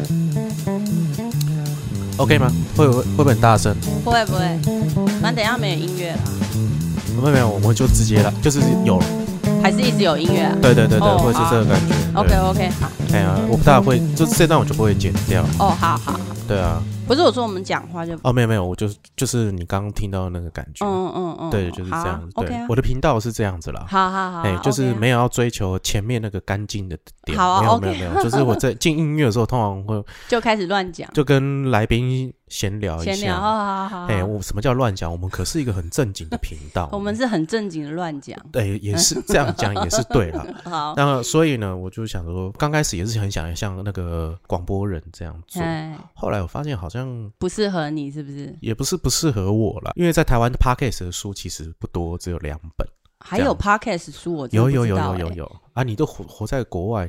OK 吗？会不会很大声？ 不会，反正等一下没有音乐了。 没有，我们就直接了，就是有， 还是一直有音乐啊？ 对，会是这个感觉。 OK， 好。 哎呀，我不大会，就是这段我就不会剪掉。 哦，好。 对啊。 不是我说我们讲话就没有，我就是你刚刚听到那个感觉，对，就是这样子。对，我的频道是这样子啦。 好， 就是没有要追求前面那个干净的点。 好啊， 没有，就是我在进音乐的时候，通常会就开始乱讲， 就跟来宾闲聊一下。 好。 我什么叫乱讲？我们可是一个很正经的频道。 我们是很正经的乱讲。 对，也是这样讲也是对啦。 好， 那所以呢，我就想说，刚开始也是很想像那个广播人这样做，后来我发现好像不适合你，是不是？ 也不是不适合我啦，因为在台湾的 Podcast 的书其实不多，只有2本。 还有 Podcast 书，我真的不知道有啊！你都活在国外，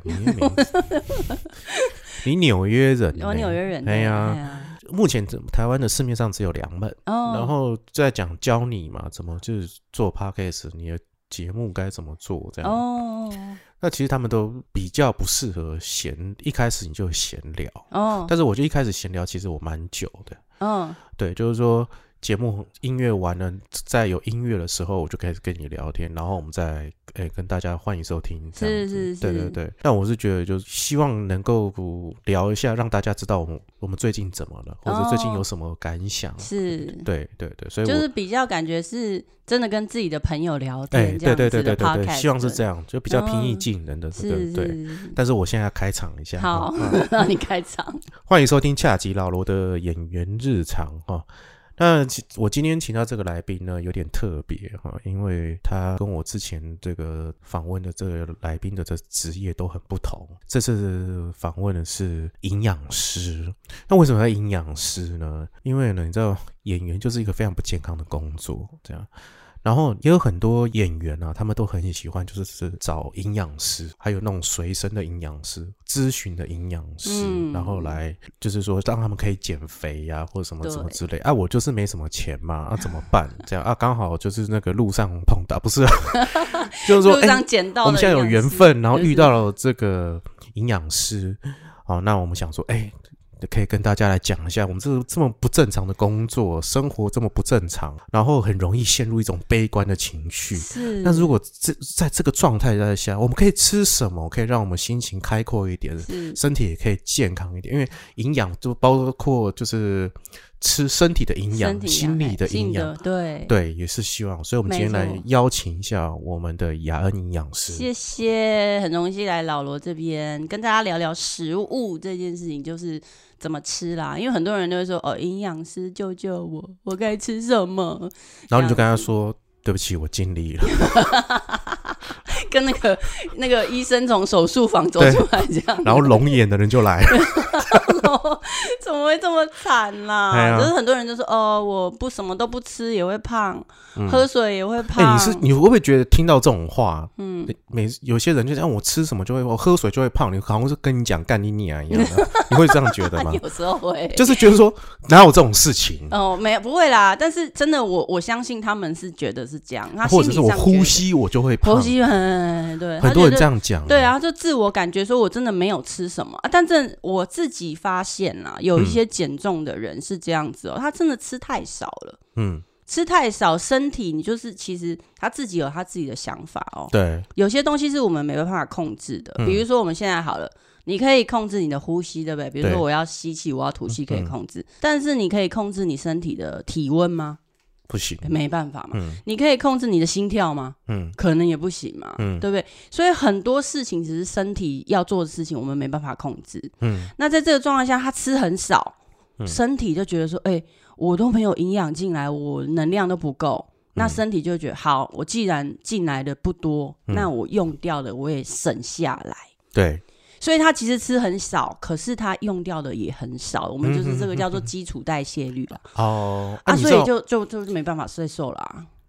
你纽约人， 我纽约人， 哎呀。目前台湾的市面上只有2本，然后在教你嘛，怎么就是做 Podcast， 你的节目该怎么做这样。那其实他们都比较不适合一开始你就闲聊。但是我就一开始闲聊，其实我蛮久的。对，就是说节目音乐完了，在有音乐的时候，我就开始跟你聊天，然后我们再跟大家欢迎收听这样子。是，对。但我是觉得，就是希望能够聊一下，让大家知道我们最近怎么了，或者最近有什么感想。是，对，所以就是比较感觉是真的跟自己的朋友聊天这样子的 podcast。 对，希望是这样，就比较平易近人的这个。对，但是我现在要开场一下。 好，让你开场。 欢迎收听恰吉老罗的演员日常哈。那我今天请到这个来宾呢，有点特别哈，因为他跟我之前这个访问的这个来宾的这职业都很不同。这次访问的是营养师。那为什么要营养师呢？因为呢，你知道演员就是一个非常不健康的工作，这样。然后也有很多演员啊，他们都很喜欢就是找营养师，还有那种随身的营养师、咨询的营养师，然后来就是说让他们可以减肥呀，或者什么之类。我就是没什么钱嘛，怎么办？这样刚好就是那个路上碰到，不是就是说路上捡到的， 我们现在有缘分，然后遇到了这个营养师。那我们想说可以跟大家来讲一下我们这么不正常的工作，生活这么不正常，然后很容易陷入一种悲观的情绪。是，那如果在这个状态下，我们可以吃什么可以让我们心情开阔一点，身体也可以健康一点？因为营养就包括就是吃身体的营养、心理的营养，对，也是希望。所以我们今天来邀请一下我们的雅恩营养师。 谢谢，很荣幸来老罗这边跟大家聊聊食物这件事情，就是怎么吃啦。因为很多人都会说营养师救救我，我该吃什么？ 然后你就跟他说对不起，我尽力了。 跟那个医生从手术房走出来这样， 然后龙眼的人就来了。 怎么会这么惨啦？就是很多人就说我不什么都不吃也会胖，喝水也会胖。 你会不会觉得听到这种话，有些人就讲我吃什么就会，我喝水就会胖，你好像是跟你讲干你娘一样的，你会这样觉得吗？ 有时候会， 就是觉得说哪有这种事情？ 没有，不会啦。但是真的，我相信他们是觉得是这样， 或者是我呼吸我就会胖， 呼吸对， 很多人这样讲。 对啊，就自我感觉说我真的没有吃什么但我自己发现啦，有一些减重的人是这样子他真的吃太少了。吃太少，身体你就是其实他自己有他自己的想法对，有些东西是我们没办法控制的，比如说我们现在好了，你可以控制你的呼吸，对不对？比如说我要吸气，我要吐气，可以控制。但是你可以控制你身体的体温吗？ 不行， 没办法嘛。你可以控制你的心跳吗？可能也不行嘛。对不对？所以很多事情只是身体要做的事情，我们没办法控制。那在这个状况下，他吃很少，身体就觉得说，我都没有营养进来，我能量都不够。那身体就觉得，好，我既然进来的不多，那我用掉的我也省下来。对。所以他其实吃很少，可是他用掉的也很少。我们就是这个叫做基础代谢率啦。所以就没办法睡瘦啦。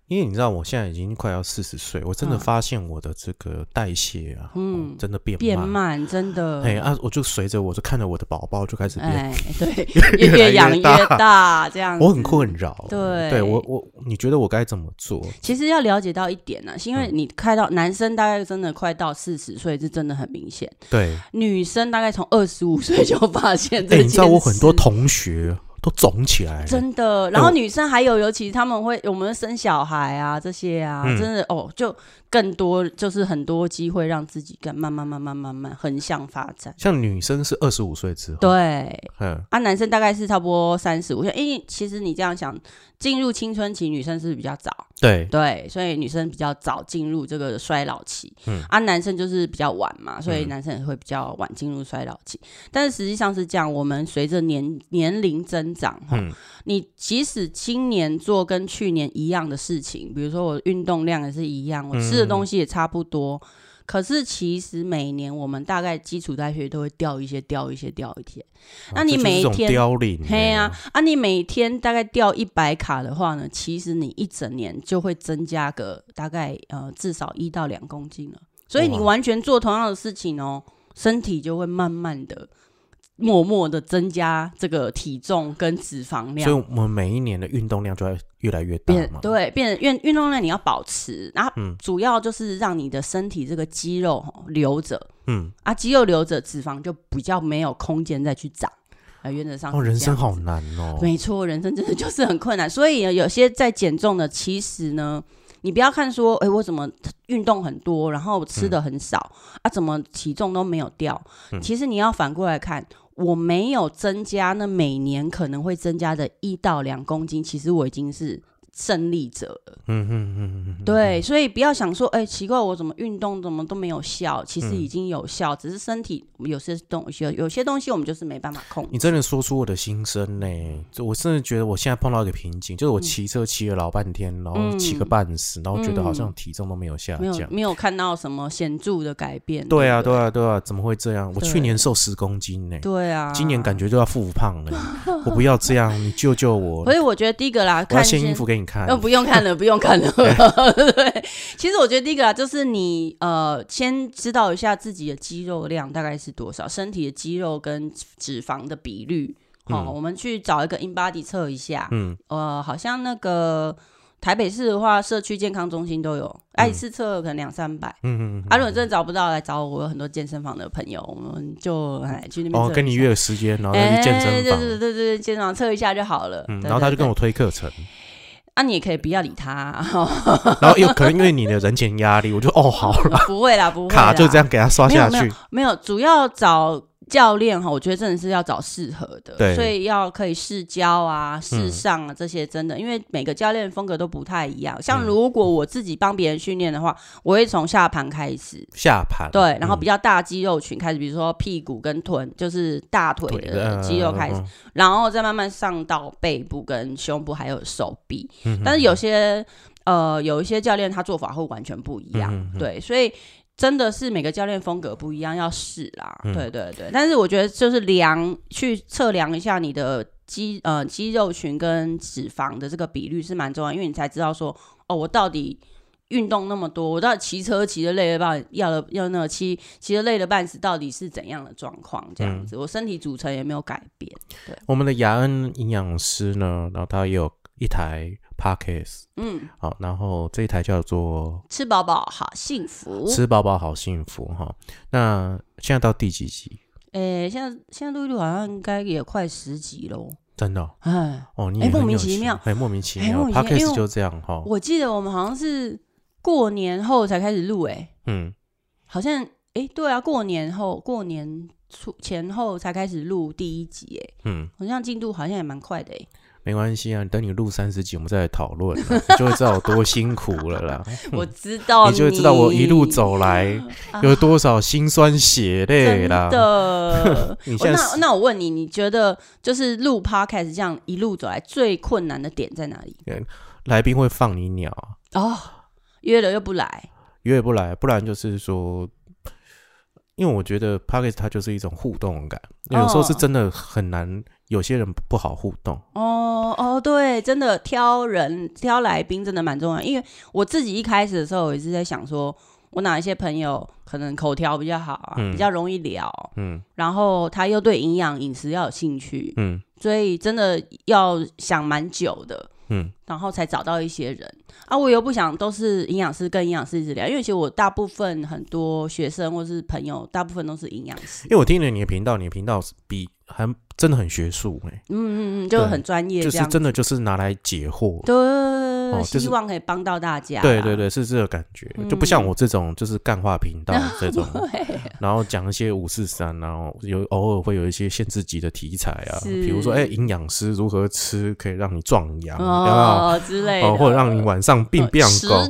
因为你知道我现在已经快要40岁，我真的发现我的这个代谢啊，真的变慢，真的。 我就随着我就看着我的宝宝就开始变， 对，越养越大，这样子。 我很困扰。 对， 你觉得我该怎么做？ 其实要了解到一点呢，是因为你看到男生大概真的快到40岁，是真的很明显。 对， 女生大概从25岁就发现这件事。 你知道我很多同学都肿起来了， 真的。然后女生还有，尤其他们我们生小孩啊这些啊，真的就更多，就是很多机会让自己慢慢横向发展。 像女生是25岁之后， 对，男生大概是差不多35岁。因为其实你这样想，进入青春期，女生是比较早，对，所以女生比较早进入这个衰老期，男生就是比较晚嘛，所以男生也会比较晚进入衰老期。但是实际上是这样，我们随着年龄增长，你即使今年做跟去年一样的事情，比如说我运动量也是一样，我吃的东西也差不多，可是其实每年我们大概基础代谢都会掉一些。那你每一天凋零， 你每天大概掉100卡的话呢，其实你一整年就会增加个大概至少1到2公斤了。所以你完全做同样的事情身体就会慢慢的默默的增加这个体重跟脂肪量， 所以我们每一年的运动量就会越来越大嘛。 对，变成运动量你要保持，然后主要就是让你的身体这个肌肉留着，肌肉留着，脂肪就比较没有空间再去长。原则上人生好难没错，人生真的就是很困难。所以有些在减重的，其实呢，你不要看说，我怎么运动很多，然后吃的很少，怎么体重都没有掉。其实你要反过来看，我没有增加，那每年可能会增加的1到2公斤，其实我已经是胜利者了。对，所以不要想说，奇怪，我怎么运动怎么都没有效，其实已经有效，只是身体有些东西我们就是没办法控制。 你真的说出我的心声呢，我真的觉得我现在碰到一个瓶颈，就是我骑车骑了老半天，然后骑个半死，然后觉得好像体重都没有下降， 没有看到什么显著的改变。 对啊，怎么会这样？我去年瘦10公斤呢， 对啊， 今年感觉就要复胖了。我不要这样，你救救我。 所以我觉得第一个啦， 我要掀衣服给你看。 不用看了对，其实我觉得第一个啦，就是你先知道一下自己的肌肉量大概是多少，身体的肌肉跟脂肪的比率。我们去找一个 InBody 测一下。好像那个台北市的话，社区健康中心都有，一次测可能200-300。如果真的找不到，来找我，有很多健身房的朋友，我们就去那边测。 跟你约个时间，然后再去健身房。 对，健身房测一下就好了。 然后他就跟我推课程。 你也可以不要理他。 然后有可能因为你的人情压力，我就好了。 不会啦， 卡就这样给他刷下去。 没有，主要找教练我觉得真的是要找适合的，所以要可以试教啊、试上啊这些，真的，因为每个教练风格都不太一样。像如果我自己帮别人训练的话，我会从下盘开始，对，然后比较大肌肉群开始，比如说屁股跟臀，就是大腿的肌肉开始，然后再慢慢上到背部跟胸部还有手臂。但是有一些教练他做法会完全不一样，对，所以真的是每个教练风格不一样，要试啦。对，但是我觉得就是去测量一下你的肌肉群跟脂肪的这个比率是蛮重要，因为你才知道说，我到底运动那么多，我到底骑车骑得累了半，要那个骑得累了半死，到底是怎样的状况？这样子，我身体组成也没有改变。对， 我们的雅恩营养师呢，然后他也有一台 Podcast， 好，然后这一台叫做吃饱饱好幸福， 吃饱饱好幸福哈。那现在到第几集？ 现在录一录好像应该也快10集喽。 真的你也莫名其妙 ，Podcast 就这样哈。 我记得我们好像是过年后才开始录，好像对啊，过年前后才开始录第1集，好像进度好像也蛮快的。 没关系啊，等你录30集，我们再来讨论，你就会知道我多辛苦了啦。 我知道你就会知道我一路走来有多少辛酸血泪啦。 真的，那我问你，你觉得就是录 podcast 这样一路走来最困难的点在哪里？ 来宾会放你鸟约了又不来， 不然就是说。 因为我觉得 Podcast 它就是一种互动感，有时候是真的很难，有些人不好互动。 对，真的挑来宾真的蛮重要，因为我自己一开始的时候，我也是在想说，我哪一些朋友可能口条比较好啊，比较容易聊，然后他又对营养饮食要有兴趣，所以真的要想蛮久的。然后才找到一些人啊，我又不想都是营养师跟营养师一直聊，因为其实我大部分很多学生或是朋友，大部分都是营养师。 因为我听了你的频道还真的很学术就很专业， 就是真的就是拿来解惑， 对，希望可以帮到大家。 对对对，是这个感觉，就不像我这种就是干话频道这种，然后讲一些543，然后偶尔会有一些限制级的题材啊，比如说营养师如何吃可以让你壮阳之类的， 或者让你晚上病变高。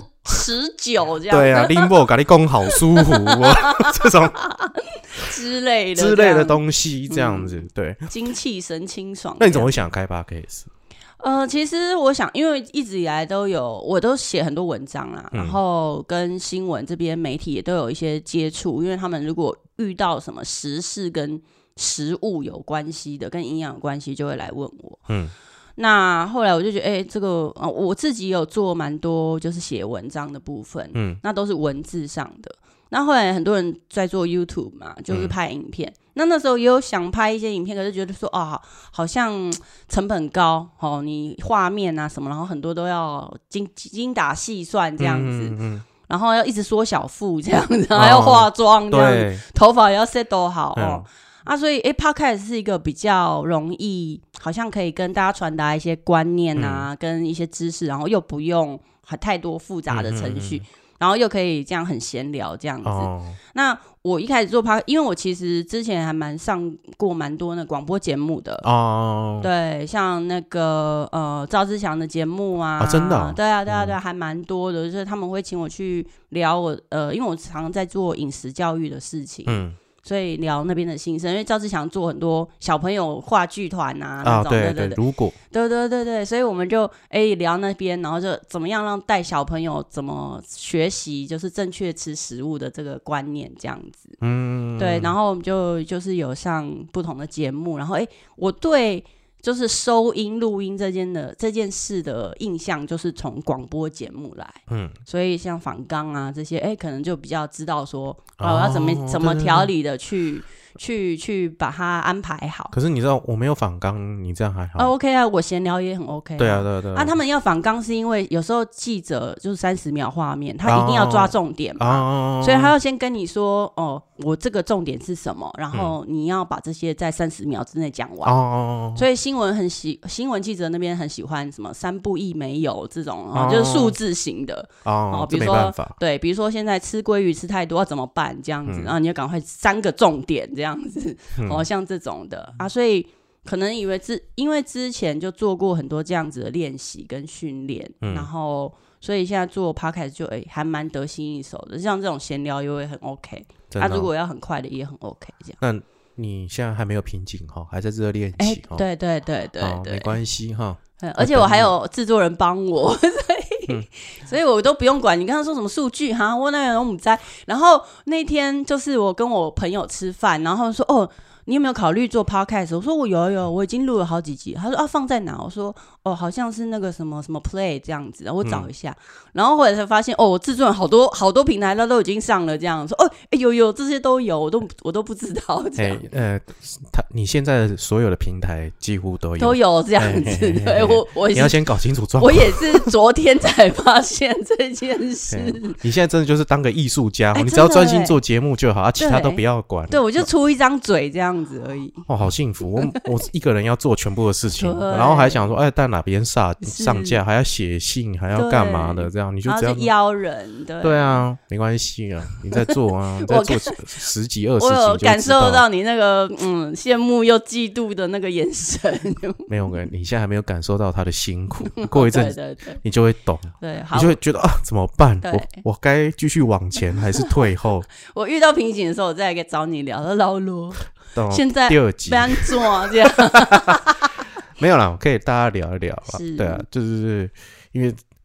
19这样， 对啊，林波跟你讲好舒服这种之类的东西，这样子，对， 精气神清爽。 那你怎么会想开 Podcast？ 其实我想，因为一直以来我都写很多文章啦，然后跟新闻这边媒体也都有一些接触，因为他们如果遇到什么时事跟食物有关系的，跟营养有关系，就会来问我。那后来我就觉得，这个我自己有做蛮多，就是写文章的部分，那都是文字上的。那后来很多人在做 YouTube 嘛，就是拍影片。那时候也有想拍一些影片，可是觉得说，好像成本高，你画面啊什么，然后很多都要精打细算这样子，然后要一直缩小腹这样子，还要化妆这样子，头发也要 set 好所以Podcast 是一个比较容易，好像可以跟大家传达一些观念啊，跟一些知识，然后又不用太多复杂的程序，然后又可以这样很闲聊这样子。那我一开始做 Podcast， 因为我其实之前还上过蛮多那广播节目的对，像那个赵志祥的节目啊， 真的对啊，还蛮多的，就是他们会请我去聊我因为我常常在做饮食教育的事情，所以聊那边的心声，因为赵志祥做很多小朋友话剧团啊那种， 对，如果对，所以我们就聊那边，然后就怎么样让带小朋友怎么学习，就是正确吃食物的这个观念这样子，对，然后我们就是有上不同的节目，然后我对就是收音录音这件事的印象就是从广播节目来，所以像访纲啊这些可能就比较知道说要怎么条理的去把它安排好。 可是你知道我没有访纲，你这样还好 OK 啊，我闲聊也很 OK 对啊他们要访纲是因为有时候记者就是30秒画面，他一定要抓重点嘛，所以他要先跟你说我这个重点是什么，然后你要把这些在30秒之内讲完所以新闻记者那边很喜欢什么3不1没有这种就是数字型的比如说对，比如说现在吃鲑鱼吃太多要怎么办这样子，然后你要赶快3个重点这样子像这种的所以可能因为之前就做过很多这样子的练习跟训练，然后所以现在做 podcast 就还蛮得心应手的，像这种闲聊也会很 OK，如果要很快的也很 OK 这样。 那你现在还没有瓶颈还在这练习对， 没关系而且我还有制作人帮我所以我都不用管你刚刚说什么数据我那个我不知道。然后那天就是我跟我朋友吃饭，然后说你有没有考虑做 podcast？ 我说我有，我已经录了好几集。他说放在哪？我说好像是那个什么什么 play 这样子，然后我找一下。然后后来才发现我制作人好多平台都已经上了这样，说有这些都有，我都不知道这样。 你现在所有的平台几乎都有这样子。对，我你要先搞清楚状况。 我也是昨天才发现这件事。 你现在真的就是当个艺术家，你只要专心做节目就好，其他都不要管。 对，我就出一张嘴这样子而已。 好幸福！我一个人要做全部的事情，然后还想说，在哪边上架，还要写信，还要干嘛的？这样你就只要邀人， 对啊，没关系啊，你在做你在做10几20集， 我有感受到你那个羡慕又嫉妒的那个眼神。 没有，你现在还没有感受到他的辛苦，过一阵子你就会懂， 对， 你就会觉得怎么办？我该继续往前还是退后？ 我遇到瓶颈的时候，我再来找你聊老罗。现在第2集不做这样没有啦，可以大家聊一聊啦。对啊，就是因为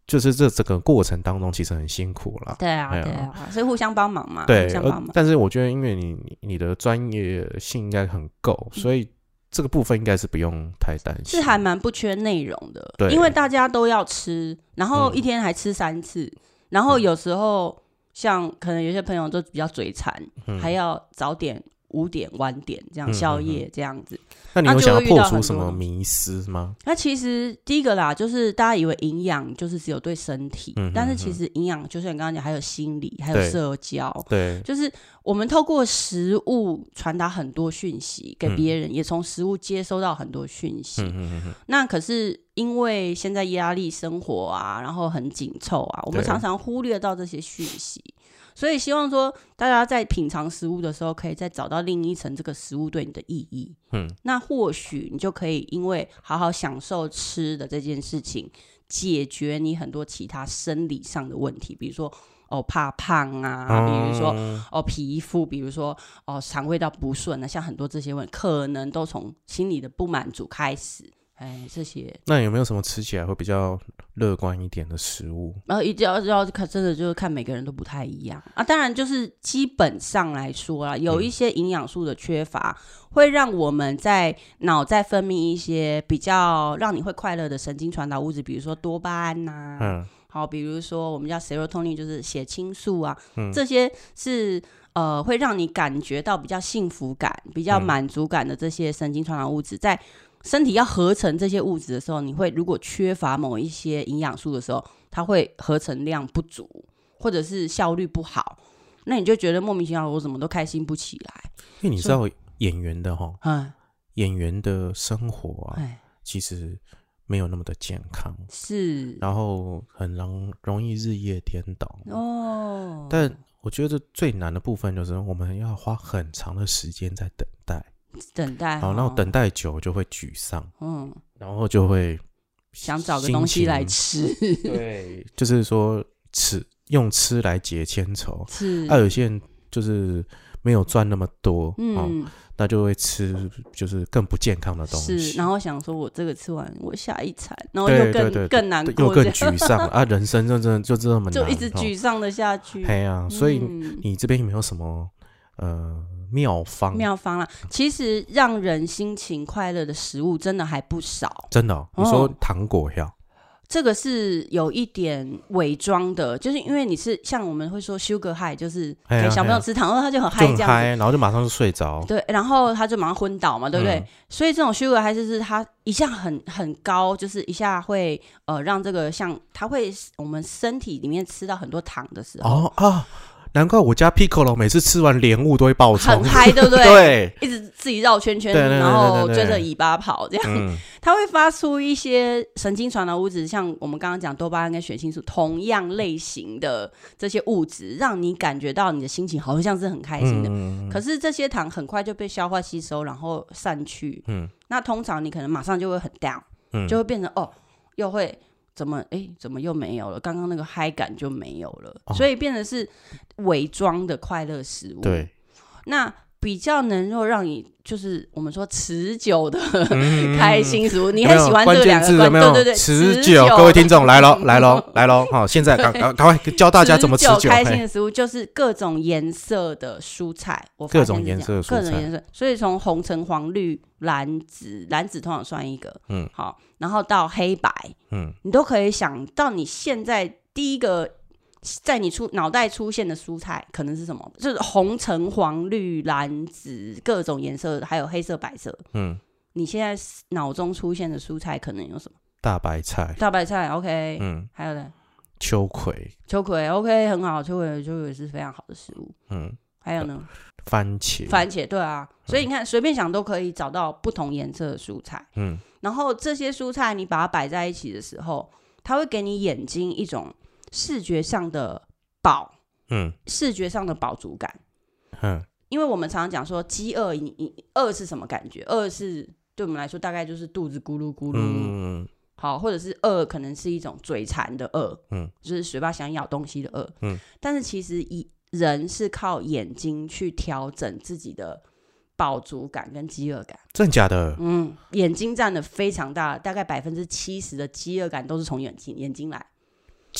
就是这整个过程当中其实很辛苦啦。 对啊，对啊，所以互相帮忙嘛。 对， 互相帮忙。 但是我觉得，因为你的专业性应该很够，所以这个部分应该是不用太担心。 是还蛮不缺内容的， 对， 因为大家都要吃，然后一天还吃3次，然后有时候像可能有些朋友都比较嘴馋，还要早点、午点、晚点这样宵夜这样子。 那你有想要破除什么迷思吗？ 那其实第一个啦，就是大家以为营养就是只有对身体，但是其实营养就像你刚刚讲，还有心理，还有社交。 对， 就是我们透过食物传达很多讯息给别人，也从食物接收到很多讯息。那可是因为现在压力生活啊，然后很紧凑啊，我们常常忽略到这些讯息。所以希望说大家在品尝食物的时候，可以再找到另一层这个食物对你的意义。那或许你就可以因为好好享受吃的这件事情，解决你很多其他生理上的问题，比如说怕胖啊，比如说皮肤，比如说肠胃道不顺啊，像很多这些问题，可能都从心理的不满足开始。这些那有没有什么吃起来会比较乐观一点的食物？ 一定要看，真的就是看每个人都不太一样啊。当然，就是基本上来说啦，有一些营养素的缺乏，会让我们在脑在分泌一些比较让你会快乐的神经传导物质，比如说多巴胺呐，好，比如说我们叫 serotonin， 就是血清素啊，这些是会让你感觉到比较幸福感、比较满足感的这些神经传导物质，在身体要合成这些物质的时候，你会如果缺乏某一些营养素的时候，它会合成量不足，或者是效率不好，那你就觉得莫名其妙，我怎么都开心不起来。 因为你知道演员的演员的生活啊，其实没有那么的健康， 是， 然后很容易日夜颠倒但我觉得最难的部分就是我们要花很长的时间在等待，然后等待久就会沮丧，然后就会想找个东西来吃， 对，就是说用吃来解千愁， 是。 有些人就是没有赚那么多，那就会吃就是更不健康的东西， 是。然后想说我这个吃完，我下一餐，然后又更难过， 又更沮丧人生就这么难， 就一直沮丧的下去。 所以你这边有没有什么妙方啦？其实让人心情快乐的食物真的还不少， 真的你说糖果呀？ 这个是有一点伪装的，就是因为你是像我们会说 sugar high， 就是给小朋友吃糖，然后他就很嗨这样子， 然后就马上就睡着， 对，然后他就马上昏倒嘛，对不对？所以这种 sugar high 就是他一下很高，就是一下会让这个像他会我们身体里面吃到很多糖的时候难怪我家 Piccolo 每次吃完莲雾都会爆冲， 很嗨，对不对？ 对， 一直自己绕圈圈，然后追着尾巴跑，这样，它会发出一些神经传导物质，像我们刚刚讲多巴胺跟血清素同样类型的这些物质，让你感觉到你的心情好像是很开心的。可是这些糖很快就被消化吸收，然后散去。那通常你可能马上就会很 down，就会变成又会。怎么又没有了？刚刚那个嗨感就没有了，所以变成是伪装的快乐食物。 对， 那比较能够让你就是我们说持久的开心食物，你很喜欢这两个关键字，对， 持久。各位听众来咯，好，现在赶快教大家怎么持久开心的食物，就是各种颜色的蔬菜， 各种颜色的蔬菜， 各种颜色。所以从红橙黄绿蓝紫通常算一个，好，然后到黑白，你都可以想到你现在第一个。在你脑袋出现的蔬菜可能是什么？就是红橙黄绿蓝紫各种颜色，还有黑色白色。你现在脑中出现的蔬菜可能有什么？ 大白菜 OK。还有呢？ 秋葵 OK， 很好，秋葵是非常好的食物。还有呢？ 番茄对啊，所以你看随便想都可以找到不同颜色的蔬菜。然后这些蔬菜你把它摆在一起的时候，它会给你眼睛一种视觉上的视觉上的饱足感。因为我们常常讲说饥饿，饿是什么感觉？饿是对我们来说大概就是肚子咕噜咕噜，好，或者是饿可能是一种嘴馋的饿，就是嘴巴想咬东西的饿，但是其实人是靠眼睛去调整自己的饱足感跟饥饿感。 真的假的？ 眼睛占的非常大，大概70%的饥饿感都是从眼睛来。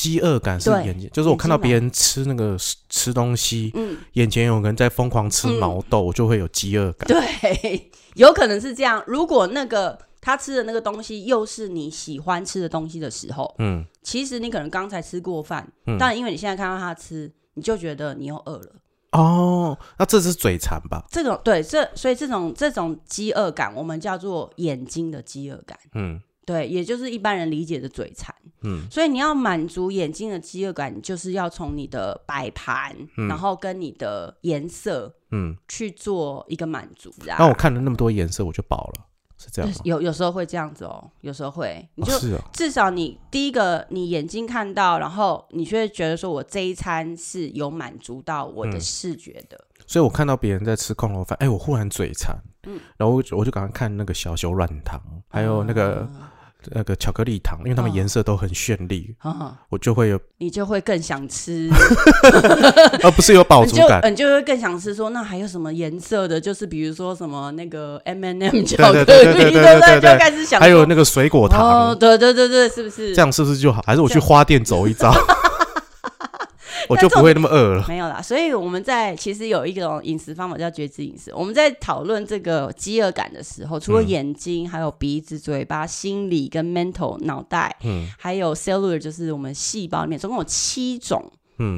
饥饿感是眼前，就是我看到别人吃那个吃东西，眼前有人在疯狂吃毛豆，我就会有饥饿感。 对，有可能是这样。如果那个他吃的那个东西又是你喜欢吃的东西的时候，其实你可能刚才吃过饭，但因为你现在看到他吃，你就觉得你又饿了。 哦，那这是嘴馋吧？ 这种对，所以这种饥饿感，我们叫做眼睛的饥饿感。对，也就是一般人理解的嘴馋。所以你要满足眼睛的饥饿感，就是要从你的摆盘，然后跟你的颜色，去做一个满足。 那我看了那么多颜色，我就饱了。是这样吗？ 有时候会这样子哦，有时候会，你就至少你第一个你眼睛看到，然后你就会觉得说我这一餐是有满足到我的视觉的。 所以我看到别人在吃空肉饭，我忽然嘴馋，然后我就赶快看那个小熊软糖，还有那个巧克力糖，因为它们颜色都很绚丽，我就会你就会更想吃， 而不是有饱足感， 你就会更想吃说那还有什么颜色的，就是比如说什么那个 M&M 巧克力，对不对？就开始想， 还有那个水果糖， 对，是不是？ 这样是不是就好？还是我去花店走一遭？我就不会那么饿了。 没有啦，所以我们其实有一种饮食方法叫觉知饮食。我们在讨论这个饥饿感的时候，除了眼睛，还有鼻子、嘴巴、心理跟 mental 脑袋，还有 cellular 就是我们细胞里面，总共有7种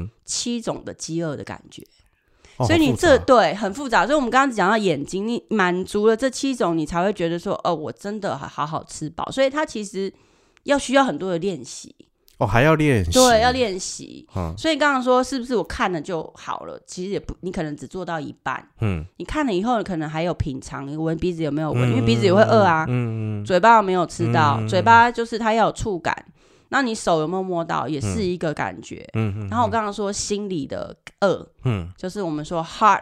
，7种的饥饿的感觉。所以你对很复杂。所以我们刚刚讲到眼睛，你满足了这7种，你才会觉得说，我真的好好吃饱。所以它其实需要很多的练习。 还要练习， 对，要练习。所以刚刚说是不是我看了就好了？其实也不，你可能只做到一半。你看了以后，可能还有品尝，你闻鼻子有没有闻？因为鼻子也会饿啊。嘴巴有没有吃到？嘴巴就是它要有触感。那你手有没有摸到？也是一个感觉。然后我刚刚说心理的饿，就是我们说 heart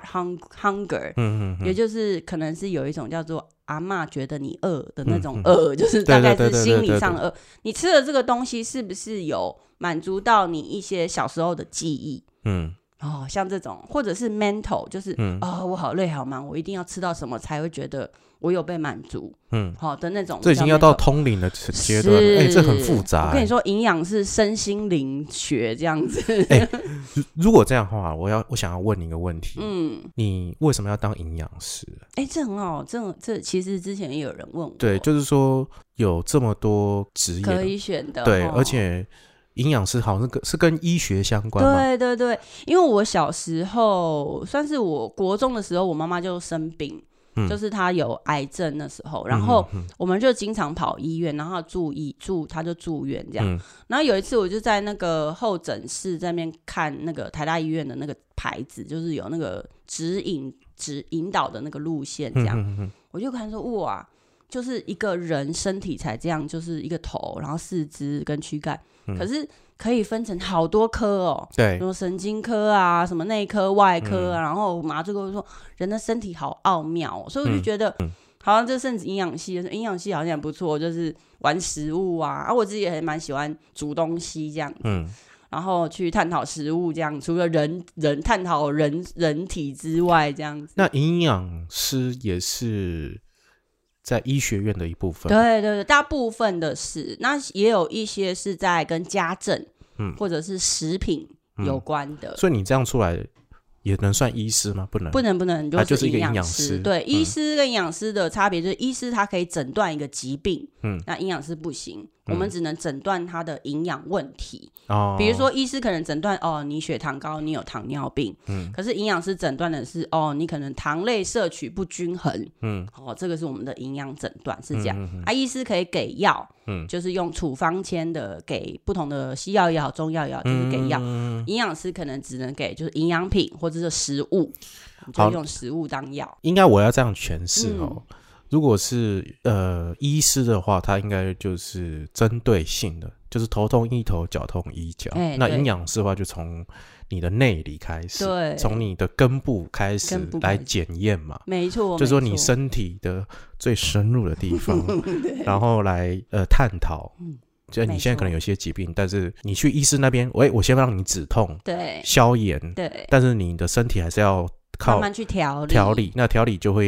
hunger，也就是可能是有一种叫做阿嬷觉得你饿的那种饿，就是大概是心理上饿。你吃的这个东西是不是有满足到你一些小时候的记忆？像这种，或者是 mental， 就是我好累好忙，我一定要吃到什么才会觉得我有被满足，的那种。 这已经要到通灵的阶段了，这很复杂。 我跟你说，营养是身心灵学这样子。 如果这样的话，我想要问你一个问题，你为什么要当营养师？ 这很好，这其实之前也有人问我。 对，就是说有这么多职业可以选的， 对，而且营养师好像是跟医学相关吗？ 对，因为我小时候算是我国中的时候，我妈妈就生病。就是她有癌症的时候，然后我们就经常跑医院，然后她就住院这样。然后有一次我就在那个候诊室在那边看那个台大医院的那个牌子，就是有那个指引导的那个路线这样。我就看说哇，就是一个人身体才这样，就是一个头，然后四肢跟躯干，可是可以分成好多科哦， 对， 什么神经科啊，什么内科、外科啊，然后麻醉科，说人的身体好奥妙哦，所以我就觉得，好像这甚至营养系好像也不错，就是玩食物啊，我自己也蛮喜欢煮东西这样子，然后去探讨食物这样，除了人探讨人体之外这样子。 那营养师也是在医学院的一部分， 对，大部分的是，那也有一些是在跟家政，或者是食品有关的。 所以你这样出来也能算医师吗？不能，就是一个营养师。 对，医师跟营养师的差别就是，医师他可以诊断一个疾病，那营养师不行，我们只能诊断他的营养问题。比如说医师可能诊断你血糖高，你有糖尿病，可是营养师诊断的是你可能糖类摄取不均衡，这个是我们的营养诊断是这样。医师可以给药，就是用处方签的给不同的西药也好，中药也好，就是给药。营养师可能只能给就是营养品或者是食物，就用食物当药。 应该我要这样诠释如果是医师的话，他应该就是针对性的，就是头痛医头，脚痛医脚。那营养师的话，就从你的内里开始，从你的根部开始来检验嘛。 没错， 就是说你身体的最深入的地方，然后来探讨。就你现在可能有些疾病，但是你去医师那边，我先让你止痛， 对， 消炎， 对， 但是你的身体还是要靠慢慢去调理。 那调理就会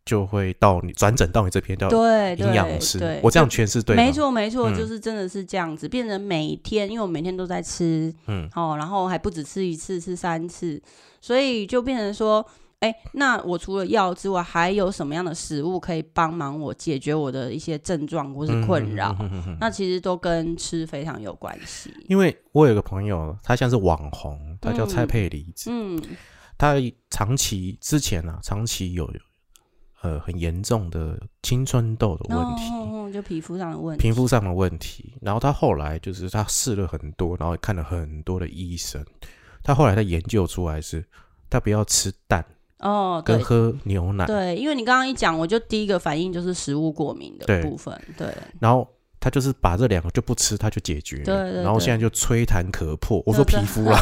就会到你转诊到你这边叫营养师。我这样诠释对吗？ 没错没错，就是真的是这样子，变成每天，因为我每天都在吃，然后还不止吃1次，吃3次，所以就变成说，那我除了药之外，还有什么样的食物可以帮忙我解决我的一些症状或是困扰？那其实都跟吃非常有关系。 因为我有一个朋友，他像是网红，他叫蔡佩梨子，他长期有很严重的青春痘的问题， 就皮肤上的问题。 然后他后来就是他试了很多，然后看了很多的医生，他后来他研究出来是，他不要吃蛋。跟喝牛奶。 对，因为你刚刚一讲，我就第一个反应就是食物过敏的部分。对， 然后他就是把这2个就不吃，他就解决了。 对， 然后现在就吹弹可破。我说皮肤啦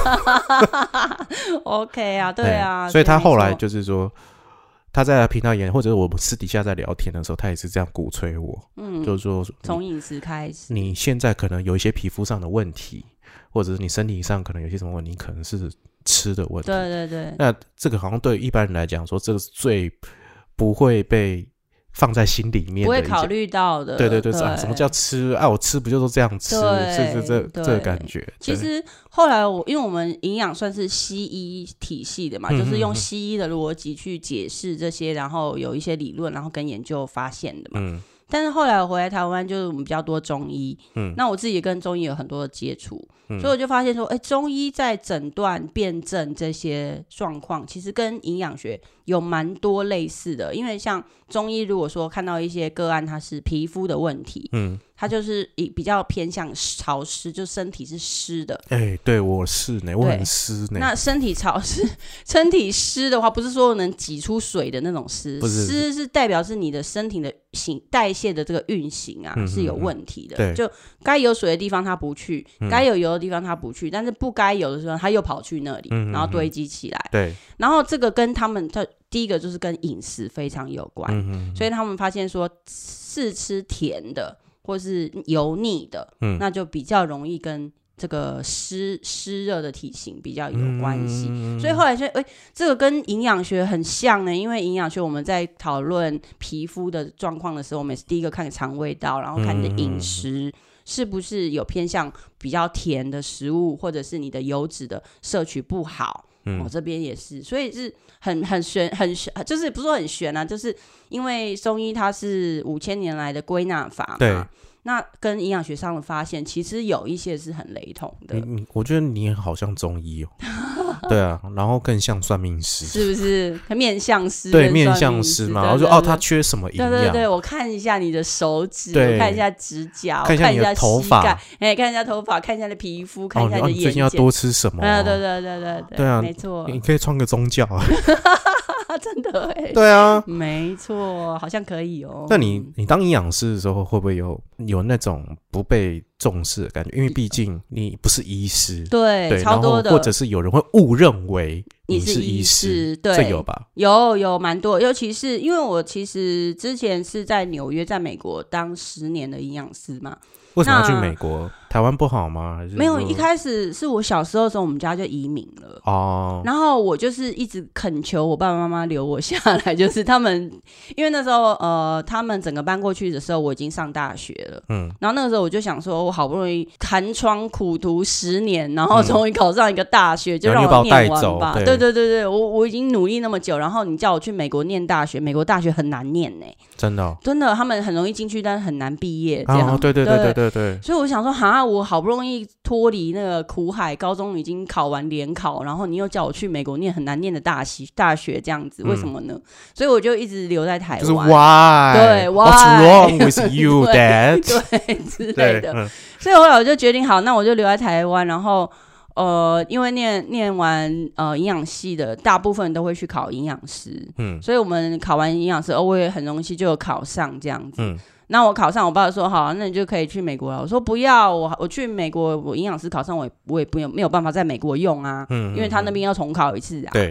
，OK 啊，对啊。 所以他后来就是说，他在频道演，或者我们私底下在聊天的时候，他也是这样鼓吹我，就是说从饮食开始， 你现在可能有一些皮肤上的问题，或者是你身体上可能有些什么问题，可能是吃的问题。 对。 那这个好像对一般人来讲说，这个是最不会被放在心里面的， 不会考虑到的。 对，什么叫吃啊？我吃不就都这样吃？这个感觉。 其实后来因为我们营养算是西医体系的嘛，就是用西医的逻辑去解释这些，然后有一些理论，然后跟研究发现的嘛。但是后来我回来台湾，就是我们比较多中医，那我自己也跟中医有很多的接触，所以我就发现说，中医在诊断、辩证这些状况，其实跟营养学有蛮多类似的。因为像中医，如果说看到一些个案，它是皮肤的问题，它就是比较偏向潮湿，就身体是湿的。 对，我是呢，我很湿呢。 那身体潮湿、身体湿的话，不是说能挤出水的那种湿，湿是代表是你的身体的代谢的这个运行啊，是有问题的。就该有水的地方它不去，该有油的地方它不去，但是不该有的时候它又跑去那里，然后堆积起来。 对， 然后这个跟他们第一个就是跟饮食非常有关，所以他们发现说，是吃甜的或是油腻的，那就比较容易跟这个湿热的体型比较有关系。所以后来说，这个跟营养学很像呢，因为营养学我们在讨论皮肤的状况的时候，我们也是第一个看肠胃道，然后看你的饮食是不是有偏向比较甜的食物，或者是你的油脂的摄取不好。我这边也是，所以是很玄，就是不是说很玄啊，就是因为中医它是5000年来的归纳法嘛。 对。 那跟营养学上的发现，其实有一些是很雷同的。 我觉得你好像中医哦，对啊，然后更像算命师， 是不是？面相师， 对，面相师嘛。然后说他缺什么营养？ 对，我看一下你的手指，我看一下指甲， 看一下你的头发， 看一下头发，看一下你的皮肤，看一下你的眼睑。 你最近要多吃什么？ 对啊，没错。 你可以创个宗教。 真的对啊， 没错，好像可以哦。 那你当营养师的时候，会不会有那种不被重视的感觉？因为毕竟你不是医师， 对，超多的， 或者是有人会误认为你是医师， 对， 这有吧？ 有蛮多，尤其是因为我其实之前是在纽约，在美国当10年的营养师嘛。 为什么要去美国？台湾不好吗？还是没有，一开始是我小时候的时候，我们家就移民了哦。然后我就是一直恳求我爸爸妈妈留我下来，就是他们，因为那时候他们整个搬过去的时候，我已经上大学了。然后那个时候我就想说，我好不容易寒窗苦读10年，然后终于考上一个大学，就让我念完吧。对，我已经努力那么久，然后你叫我去美国念大学，美国大学很难念呢。 真的， 真的，他们很容易进去，但是很难毕业。这样， 对。 所以我想说，我好不容易脱离那个苦海，高中已经考完联考，然后你又叫我去美国念很难念的大学，这样子，为什么呢？所以我就一直留在台湾。 就是 why？ 对 ，What's wrong with you, Dad？ 对之类的。所以后来我就决定，好，那我就留在台湾，然后。因为念完营养系的，大部分都会去考营养师，所以我们考完营养师，我也很荣幸就有考上这样子。那我考上，我爸说好，那你就可以去美国了。我说不要，我去美国，我营养师考上，我也没有办法在美国用啊，因为他那边要重考一次啊。 对。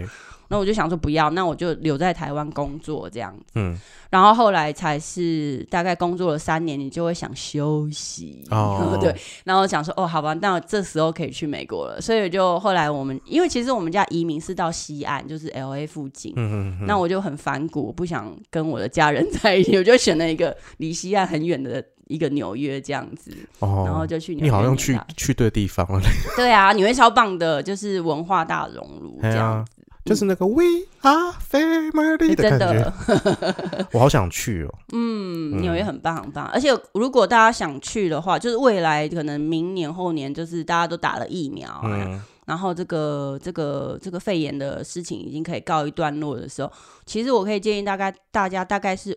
那我就想说不要，那我就留在台湾工作这样子。然后后来才是大概工作了3年，你就会想休息。对，然后想说好吧，那我这时候可以去美国了。所以就后来因为其实我们家移民是到西岸，就是 LA 附近。那我就很反骨，我不想跟我的家人在一起，我就选了一个离西岸很远的一个纽约这样子。然后就去纽约。 你好像去对地方了。 对啊，纽约超棒的，就是文化大熔炉这样子。 就是那个 We are family 的感觉，我好想去哦。 纽约很棒很棒，而且如果大家想去的话，就是未来可能明年后年，就是大家都打了疫苗然后这个肺炎的事情已经可以告一段落的时候，其实我可以建议大家大概是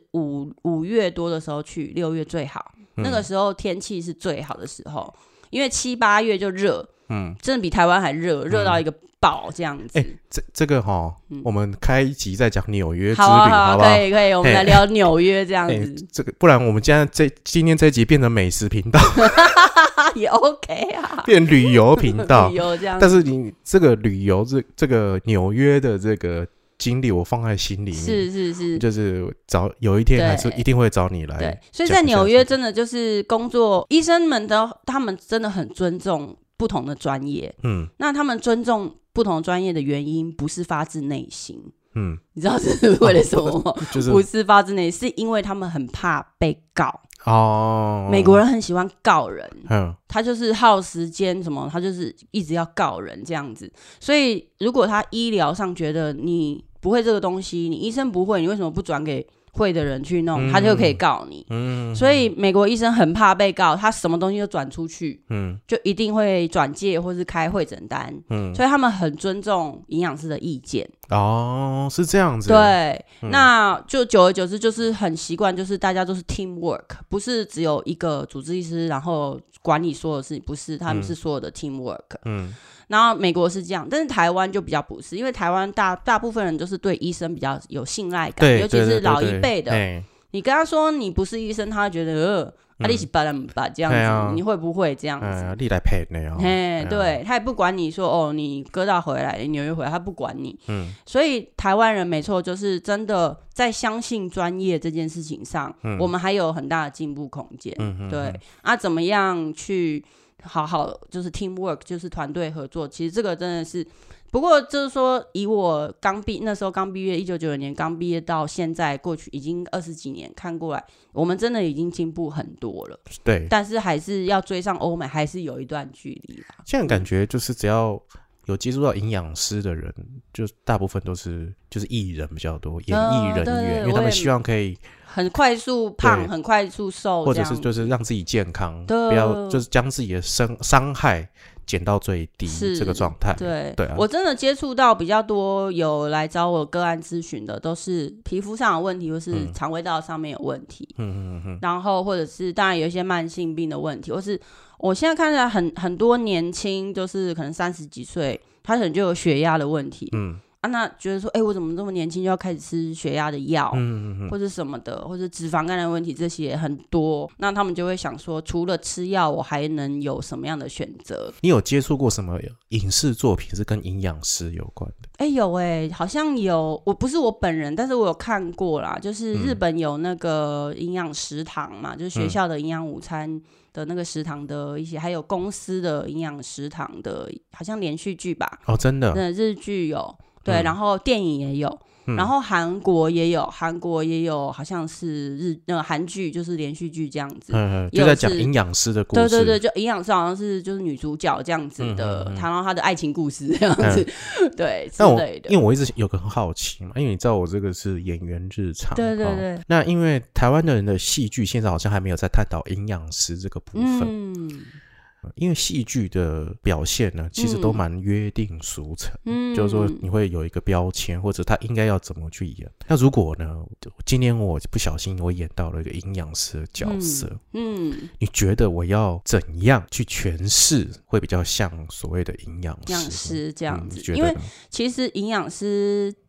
5月多的时候去，6月最好，那个时候天气是最好的时候，因为7、8月就热，真的比台湾还热到一个爆这样子。 这个我们开一集再讲纽约之旅，好不好？ 可以，我们来聊纽约这样子。 这个不然我们今天这一集变成美食频道也 OK 啊， 变旅游频道， 旅游这样子。 但是你这个旅游这个纽约的这个经历我放在心里面， 是， 就是有一天还是一定会找你来。 对，所以在纽约真的就是工作，医生们他们真的很尊重不同的专业。那他们尊重不同专业的原因不是发自内心。你知道这是为了什么吗？就是不是发自内心，是因为他们很怕被告。美国人很喜欢告人，他就是耗时间什么，他就是一直要告人这样子。所以如果他医疗上觉得你不会这个东西，你医生不会，你为什么不转给会的人去弄，他就可以告你。所以美国医生很怕被告，他什么东西都转出去，就一定会转介或是开会诊单。所以他们很尊重营养师的意见。 是这样子。 对，那就久而久之就是很习惯，就是大家都是 team work， 不是只有一个主治医师然后管理所有事情，不是，他们是所有的 team work。然后美国是这样，但是台湾就比较不是，因为台湾大部分人都是对医生比较有信赖感，尤其是老一辈的。你跟他说你不是医生，他会觉得你是巴这样子，你会不会这样子？ 你来骗你对，他也不管你说你哥大回来，你纽约回来，他不管你。所以台湾人没错，就是真的在相信专业这件事情上，我们还有很大的进步空间。对怎么样去好好就是 teamwork， 就是团队合作，其实这个真的是。不过就是说，以我那时候刚毕业，1999年刚毕业到现在，过去已经20几年看过来，我们真的已经进步很多了。 对， 但是还是要追上欧美，还是有一段距离啦。 现在感觉就是只要有接触到营养师的人，就大部分都是就是艺人比较多，演艺人员，因为他们希望可以很快速胖，很快速瘦， 或者是就是让自己健康，不要就是将自己的伤害减到最低这个状态。对啊， 我真的接触到比较多有来找我个案咨询的，都是皮肤上有问题，或是肠胃道上面有问题。然后或者是当然有一些慢性病的问题，或是我现在看起来很多年轻，就是可能30几岁，他可能就有血压的问题。那觉得说我怎么这么年轻就要开始吃血压的药，或者什么的，或者脂肪肝的问题，这些很多。那他们就会想说，除了吃药我还能有什么样的选择？ 你有接触过什么影视作品是跟营养师有关的？ 有好像有，我不是我本人，但是我有看过啦，就是日本有那个营养食堂嘛，就是学校的营养午餐的那个食堂的一些，还有公司的营养食堂的，好像连续剧吧。 真的日剧有。对，然后电影也有，然后韩国也有，好像是韩剧，就是连续剧这样子， 就在讲营养师的故事。 对，就营养师好像是就是女主角这样子的，谈到她的爱情故事这样子，对之类的。 因为我一直有个很好奇嘛，因为你知道我这个是演员日常， 对。 那因为台湾的人的戏剧现在好像还没有在探讨营养师这个部分。因为戏剧的表现呢，其实都蛮约定俗成，就是说你会有一个标签，或者他应该要怎么去演。那如果呢，今天我不小心我演到了一个营养师的角色，你觉得我要怎样去诠释会比较像所谓的营养师这样子？因为其实营养师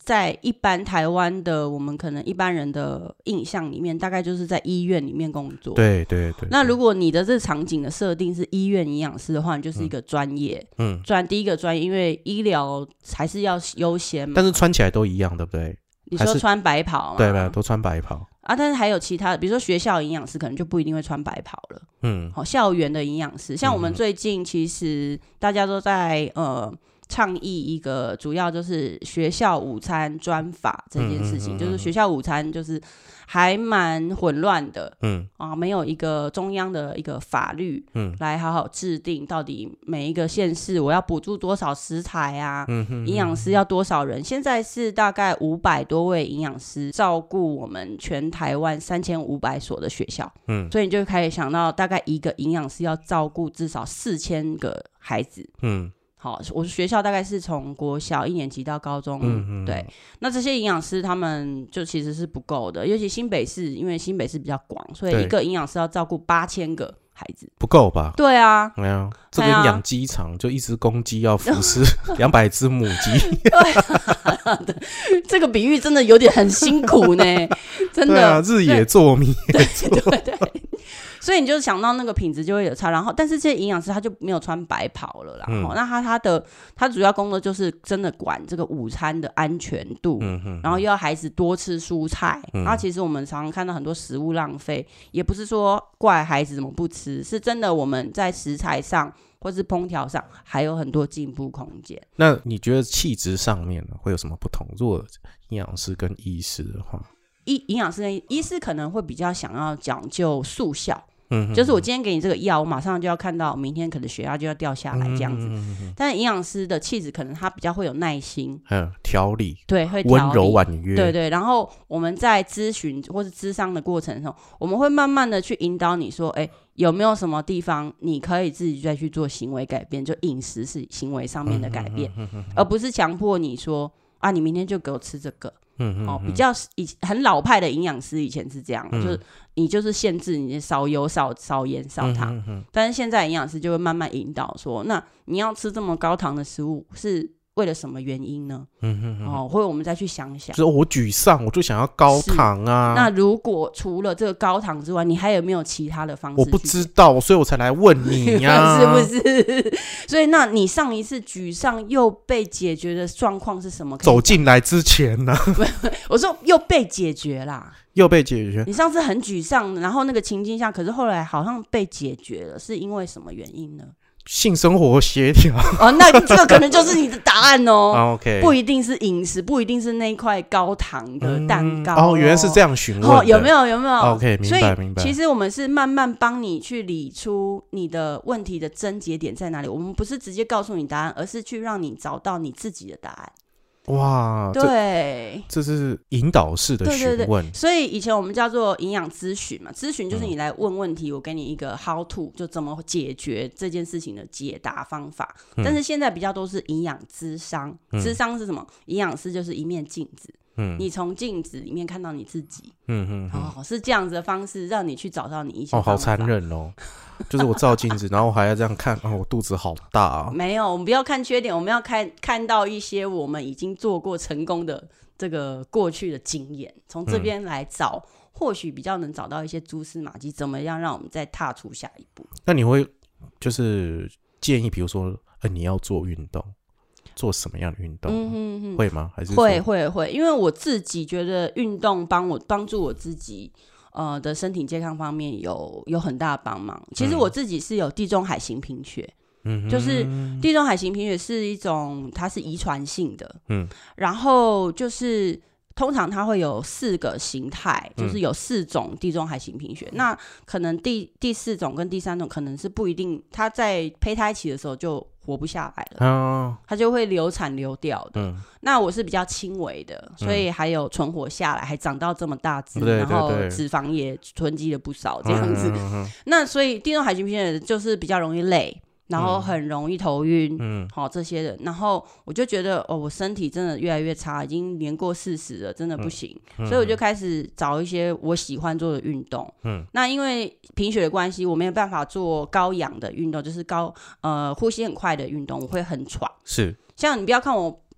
在一般台湾的我们可能一般人的印象里面，大概就是在医院里面工作。 对对对。 那如果你的这场景的设定是医院营养师的话，你就是一个专业，第一个专业，因为医疗还是要优先嘛。 但是穿起来都一样，对不对？ 你说穿白袍嘛？ 对吧？都穿白袍啊，但是还有其他的，比如说学校营养师可能就不一定会穿白袍了。好，校园的营养师，像我们最近其实大家都在倡议一个主要就是学校午餐专法这件事情，就是学校午餐就是还蛮混乱的，没有一个中央的一个法律，来好好制定到底每一个县市我要补助多少食材啊，营养师要多少人，现在是大概500多位营养师照顾我们全台湾3500所的学校，所以你就开始想到大概一个营养师要照顾至少4000个孩子，好，我学校大概是从国小1年级到高中，对，那这些营养师他们就其实是不够的，尤其新北市，因为新北市比较广，所以一个营养师要照顾8000个孩子， 不够吧？ 对啊， 没有，这跟养鸡场就一只公鸡要服侍200只母鸡， 对，这个比喻真的有点很辛苦呢，真的， 对啊，日也作，米也作， 对。所以你就想到那个品质就会有差，然后但是这些营养师他就没有穿白袍了啦，那他主要工作就是真的管这个午餐的安全度，然后又要孩子多吃蔬菜，然后其实我们常常看到很多食物浪费，也不是说怪孩子怎么不吃，是真的我们在食材上或是烹调上还有很多进步空间。 那你觉得气质上面会有什么不同？如果营养师跟医师的话， 营养师跟医师可能会比较想要讲究速效，就是我今天给你这个药，我马上就要看到明天可能血压就要掉下来这样子，但是营养师的气质可能他比较会有耐心， 条理， 对，会温柔婉约， 对对。然后我们在咨询或是咨商的过程中，我们会慢慢的去引导你说，有没有什么地方你可以自己再去做行为改变，就饮食是行为上面的改变，而不是强迫你说啊，你明天就给我吃这个。比较很老派的营养师以前是这样，就是你就是限制你少油少盐少糖，但是现在营养师就会慢慢引导说，那你要吃这么高糖的食物是为了什么原因呢？或者我们再去想想， 就是我沮丧，我就想要高糖啊。 那如果除了这个高糖之外，你还有没有其他的方式？ 我不知道，所以我才来问你呀， 是不是？所以，那你上一次沮丧又被解决的状况是什么？ 走进来之前呢？ 我说又被解决啦， 又被解决。 你上次很沮丧，然后那个情境下，可是后来好像被解决了，是因为什么原因呢？ 性生活协调那这个可能就是你的答案哦。 OK， 不一定是饮食，不一定是那一块高糖的蛋糕原来是这样询问的。 有没有 OK， 明白明白。 其实我们是慢慢帮你去理出你的问题的症结点在哪里。我们不是直接告诉你答案，而是去让你找到你自己的答案。 哇， 对， 这是引导式的询问。 对，所以以前我们叫做营养咨询嘛，咨询就是你来问问题，我给你一个 how to， 就怎么解决这件事情的解答方法。但是现在比较多是营养咨商，咨商是什么？营养师就是一面镜子。你从镜子里面看到你自己，是这样子的方式让你去找到你一些方法。 好残忍哦！就是我照镜子，然后还要这样看，我肚子好大啊！ 没有，我们不要看缺点，我们要看到一些我们已经做过成功的这个过去的经验，从这边来找，或许比较能找到一些蛛丝马迹，怎么样让我们再踏出下一步？ 那你会就是建议，比如说，你要做运动。做什么样的运动？会吗？还是会，因为我自己觉得运动帮助我自己的身体健康方面有很大的帮忙。其实我自己是有地中海型贫血，就是地中海型贫血是一种它是遗传性的，然后就是通常它会有4个形态，就是有4种地中海型贫血。那可能第4种跟第3种可能是不一定，它在胚胎期的时候就活不下来了，它就会流产流掉的。那我是比较轻微的，所以还有存活下来，还长到这么大只，然后脂肪也囤积了不少这样子。那所以地中海型贫血就是比较容易累，然后很容易头晕，这些的。然后我就觉得我身体真的越来越差，已经年过40了，真的不行。所以我就开始找一些我喜欢做的运动。那因为贫血的关系，我没有办法做高氧的运动，就是呼吸很快的运动，我会很喘。 是， 像你不要看我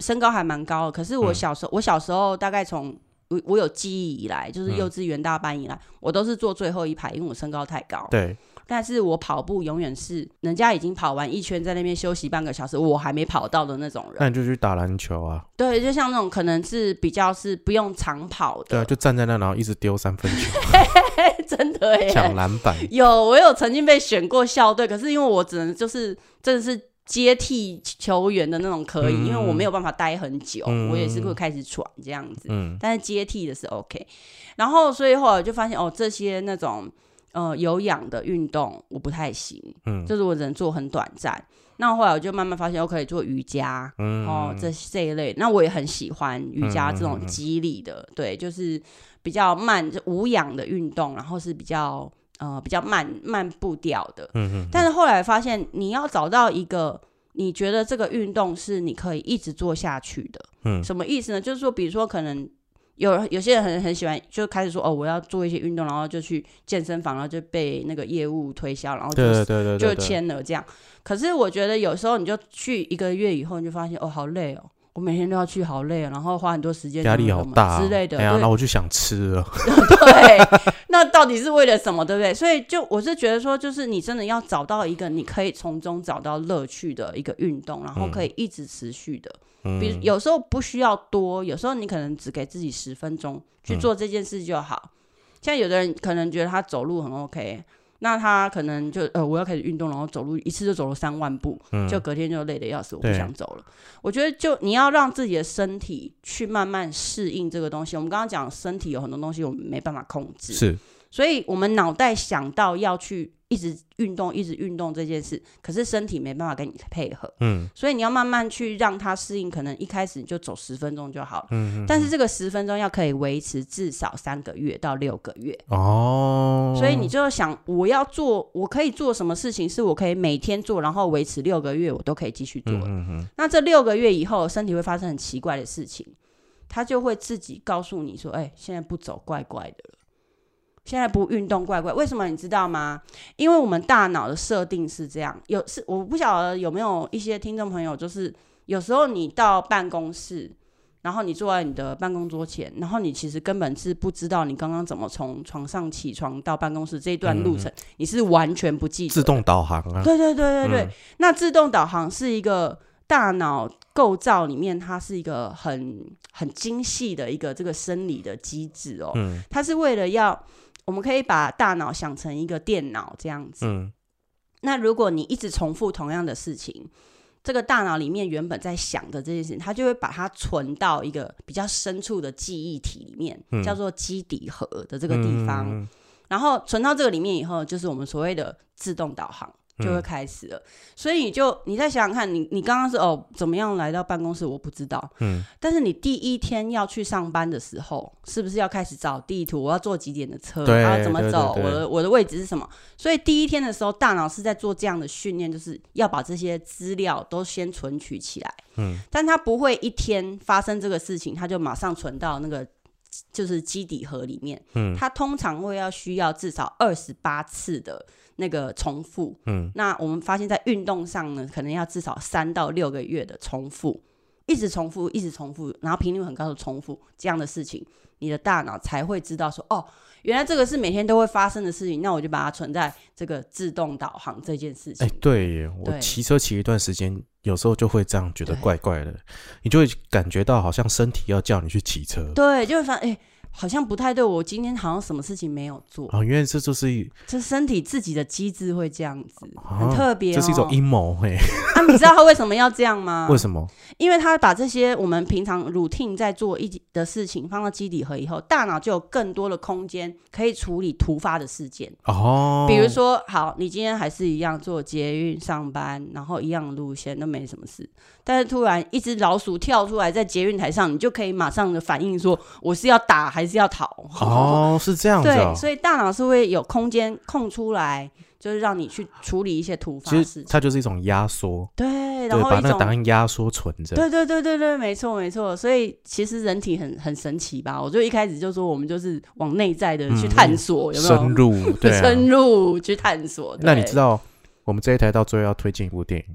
身高还蛮高的，可是我小时候大概从我有记忆以来，就是幼稚园大班以来，我都是坐最后一排，因为我身高太高。 对。 但是我跑步永远是人家已经跑完一圈，在那边休息半个小时，我还没跑到的那种人。 那你就去打篮球啊。 对，就像那种可能是比较是不用长跑的。 对啊，就站在那然后一直丢3分球。 真的耶， 抢篮板。 我有曾经被选过校队，可是因为我只能就是真的是接替球员的那种可以，因为我没有办法待很久，我也是会开始喘这样子。但是接替的是 OK。然后所以后来我就发现这些那种有氧的运动我不太行，就是我只能做很短暂。那后来我就慢慢发现我可以做瑜伽，这一类。那我也很喜欢瑜伽这种肌力的，对，就是比较慢无氧的运动，然后是比较慢步调的。但是后来发现你要找到一个你觉得这个运动是你可以一直做下去的。什么意思呢？就是说比如说可能有些人很喜欢，就开始说我要做一些运动，然后就去健身房，然后就被那个业务推销，然后就签了这样。可是我觉得有时候你就去1个月以后，你就发现好累哦，我每天都要去，好累，然后花很多时间， 压力好大之类的。 那我就想吃了。 对，那到底是为了什么，对不对？所以我是觉得说，就是你真的要找到一个你可以从中找到乐趣的一个运动，然后可以一直持续的。比如有时候不需要多，有时候你可能只给自己10分钟去做这件事就好。像有的人可能觉得他走路很 OK， 那他可能就我要开始运动，然后走路一次就走了3万步，就隔天就累得要死，我不想走了。我觉得就你要让自己的身体去慢慢适应这个东西。我们刚刚讲身体有很多东西我们没办法控制， 是， 所以我们脑袋想到要去一直运动这件事，可是身体没办法跟你配合。所以你要慢慢去让它适应，可能一开始你就走10分钟就好了。但是这个10分钟要可以维持至少3个月到6个月。所以你就想我可以做什么事情是我可以每天做，然后维持6个月我都可以继续做。那这6个月以后身体会发生很奇怪的事情，它就会自己告诉你说现在不走怪怪的了，现在不运动怪怪。为什么你知道吗？因为我们大脑的设定是这样，我不晓得有没有一些听众朋友，就是有时候你到办公室，然后你坐在你的办公桌前，然后你其实根本是不知道你刚刚怎么从床上起床到办公室这一段路程，你是完全不记得的。 自动导航啊。 对。那自动导航是一个大脑构造里面，它是一个很精细的一个这个生理的机制哦。它是为了我们可以把大脑想成一个电脑这样子。那如果你一直重复同样的事情，这个大脑里面原本在想的这件事情，它就会把它存到一个比较深处的记忆体里面，叫做基底核的这个地方。然后存到这个里面以后，就是我们所谓的自动导航就会开始了。所以你再想想看，你刚刚是怎么样来到办公室我不知道，但是你第一天要去上班的时候，是不是要开始找地图，我要坐几点的车，然后怎么走，我的位置是什么？所以第一天的时候大脑是在做这样的训练，就是要把这些资料都先存取起来。但它不会一天发生这个事情它就马上存到那个就是基底核里面。它通常会需要至少28次的那个重复。那我们发现在运动上呢，可能要至少3到6个月的重复，一直重复，然后频率很高的重复这样的事情，你的大脑才会知道说原来这个是每天都会发生的事情，那我就把它存在这个自动导航这件事情。 对耶，我骑车骑一段时间，有时候就会这样觉得怪怪的，你就会感觉到好像身体要叫你去骑车。对， 就会发现好像不太对，我今天好像什么事情没有做。 原来这就是身体自己的机制会这样子，很特别。 这是一种阴谋。 你知道他为什么要这样吗？ 为什么？ 因为他把这些我们平常 routine 在做的事情放到基底核以后，大脑就有更多的空间可以处理突发的事件。比如说好，你今天还是一样做捷运上班，然后一样的路线都没什么事，但是突然一只老鼠跳出来在捷运台上，你就可以马上的反应说我是要打还是要逃。 是这样子。 对，所以大脑是会有空间空出来，就是让你去处理一些突发事情。其实它就是一种压缩。 对，然后把那个档案压缩存着。 对，没错。所以其实人体很神奇吧？我就一开始就说我们就是往内在的去探索，有没有深入？对， 深入去探索。 那你知道我们这一台到最后要推荐一部电影吗？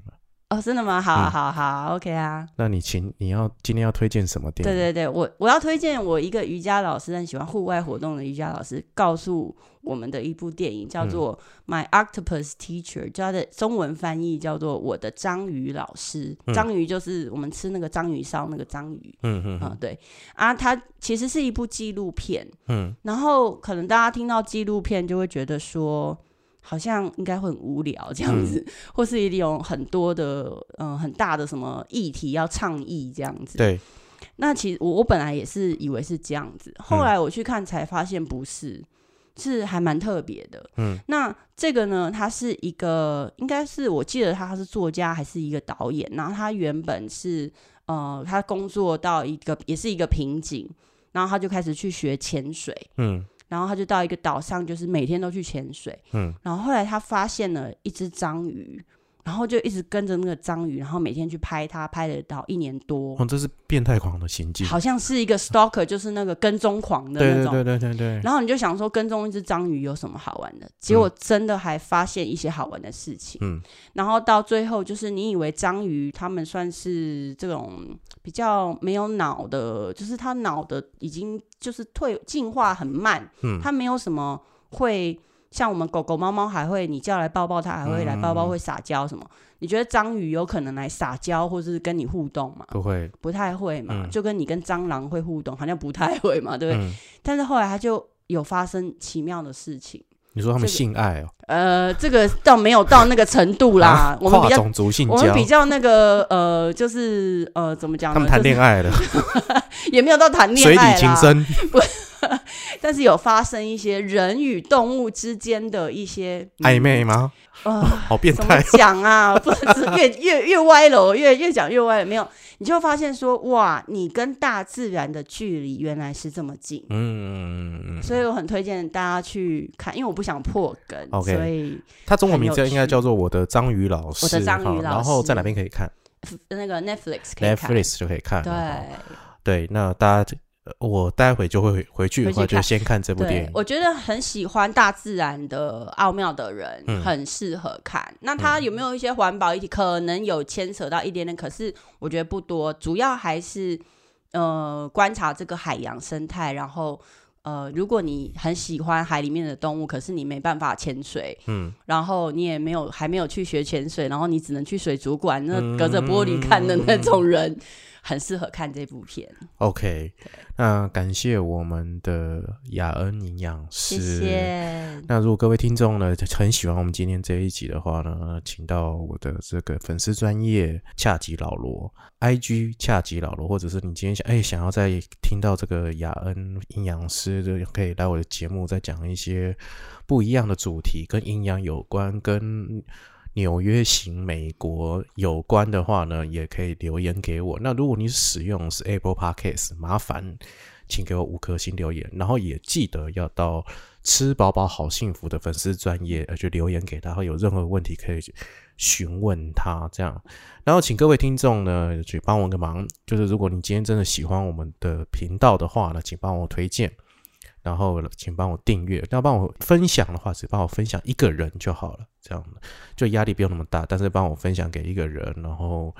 哦，真的吗？好好好 ，OK 啊。 那你今天要推荐什么电影？ 对对对，我要推荐我一个瑜伽老师，很喜欢户外活动的瑜伽老师，告诉我们的一部电影叫做《My Octopus Teacher》，就它的中文翻译叫做《我的章鱼老师》。章鱼就是我们吃那个章鱼烧那个章鱼。对啊，它其实是一部纪录片。然后可能大家听到纪录片就会觉得说，好像应该会很无聊这样子，或是一定有很多的很大的什么议题要倡议这样子。 对， 那其实我本来也是以为是这样子，后来我去看才发现不是，是还蛮特别的。那这个呢，他是一个应该是我记得他是作家还是一个导演，然后他原本是他工作到也是一个瓶颈，然后他就开始去学潜水。然后他就到一个岛上，就是每天都去潜水。然后后来他发现了一只章鱼，然后就一直跟着那个章鱼，然后每天去拍它，拍了到1年多。 这是变态狂的行径， 好像是一个 stalker， 就是那个跟踪狂的那种。 对。 然后你就想说，跟踪一只章鱼有什么好玩的？结果真的还发现一些好玩的事情。然后到最后，就是你以为章鱼他们算是这种比较没有脑的，就是他脑的已经就是进化很慢，他没有什么会像我们狗狗猫猫还会你叫来抱抱它还会来抱抱，会撒娇什么。你觉得章鱼有可能来撒娇或是跟你互动吗？ 不会， 不太会嘛。就跟你跟蟑螂会互动好像不太会嘛，对不对？但是后来它就有发生奇妙的事情。 你说他们性爱哦？ 这个倒没有到那个程度啦。我们比较跨种族性交， 我们比较那个就是怎么讲呢？ 他们谈恋爱了， 也没有到谈恋爱啦， 水底情深。 但是有发生一些人与动物之间的一些暧昧吗？好变态！ 怎么讲啊？不是越歪了，越讲越歪了。没有，你就发现说，哇，你跟大自然的距离原来是这么近。所以我很推荐大家去看，因为我不想破梗。 Okay. 所以它中文名字应该叫做《我的章鱼老师》。 我的章鱼老师。 然后在哪边可以看？ 那个 Netflix 可以看。 Netflix 就可以看。 对， 那大家。我待会就会回去的话，就先看这部电影。 我觉得很喜欢大自然的奥妙的人，很适合看。那它有没有一些环保议题？可能有牵扯到一点点，可是我觉得不多。主要还是观察这个海洋生态。然后如果你很喜欢海里面的动物，可是你没办法潜水，然后你也还没有去学潜水，然后你只能去水族馆，那隔着玻璃看的那种人。很适合看这部片。 OK， 那感谢我们的雅恩营养师， 谢谢。 那如果各位听众呢很喜欢我们今天这一集的话呢，请到我的这个粉丝专页恰吉老罗 IG 恰吉老罗，或者是你今天想要再听到这个雅恩营养师的，可以来我的节目再讲一些不一样的主题，跟营养有关，跟纽约行美国有关的话呢，也可以留言给我。那如果你使用是 Apple Podcast， 麻烦请给我5颗星留言，然后也记得要到吃饱饱好幸福的粉丝专页去留言给他，会有任何问题可以询问他这样。然后请各位听众呢去帮我个忙，就是如果你今天真的喜欢我们的频道的话呢，请帮我推荐，然后请帮我订阅，要帮我分享的话只帮我分享1个人就好了，这样就压力不用那么大，但是帮我分享给1个人。然后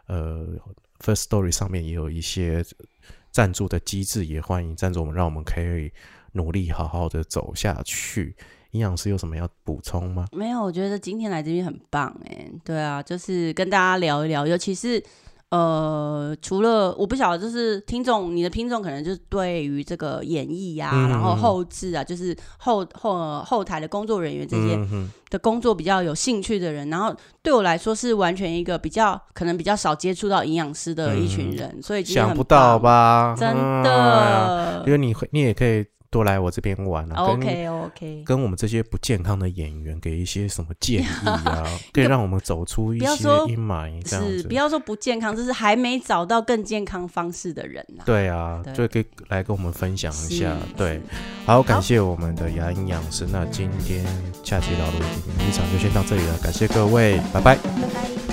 First Story 上面也有一些赞助的机制，也欢迎赞助我们，让我们可以努力好好的走下去。营养师有什么要补充吗？ 没有，我觉得今天来这边很棒对啊，就是跟大家聊一聊，尤其是除了我不晓得，就是你的听众可能就是对于这个演艺啊，然后后制啊，就是后台的工作人员这些的工作比较有兴趣的人，然后对我来说是完全一个可能比较少接触到营养师的一群人，所以今天很棒， 想不到吧？ 真的， 因为你也可以多来我这边玩啊。 OK， 跟我们这些不健康的演员给一些什么建议啊，可以让我们走出一些阴霾这样子。 是，不要说不健康，这是还没找到更健康方式的人啊。 对啊，就可以来跟我们分享一下。对，好，感谢我们的牙营养师。那今天恰吉老罗的日常就先到这里了，感谢各位，拜拜。 拜拜。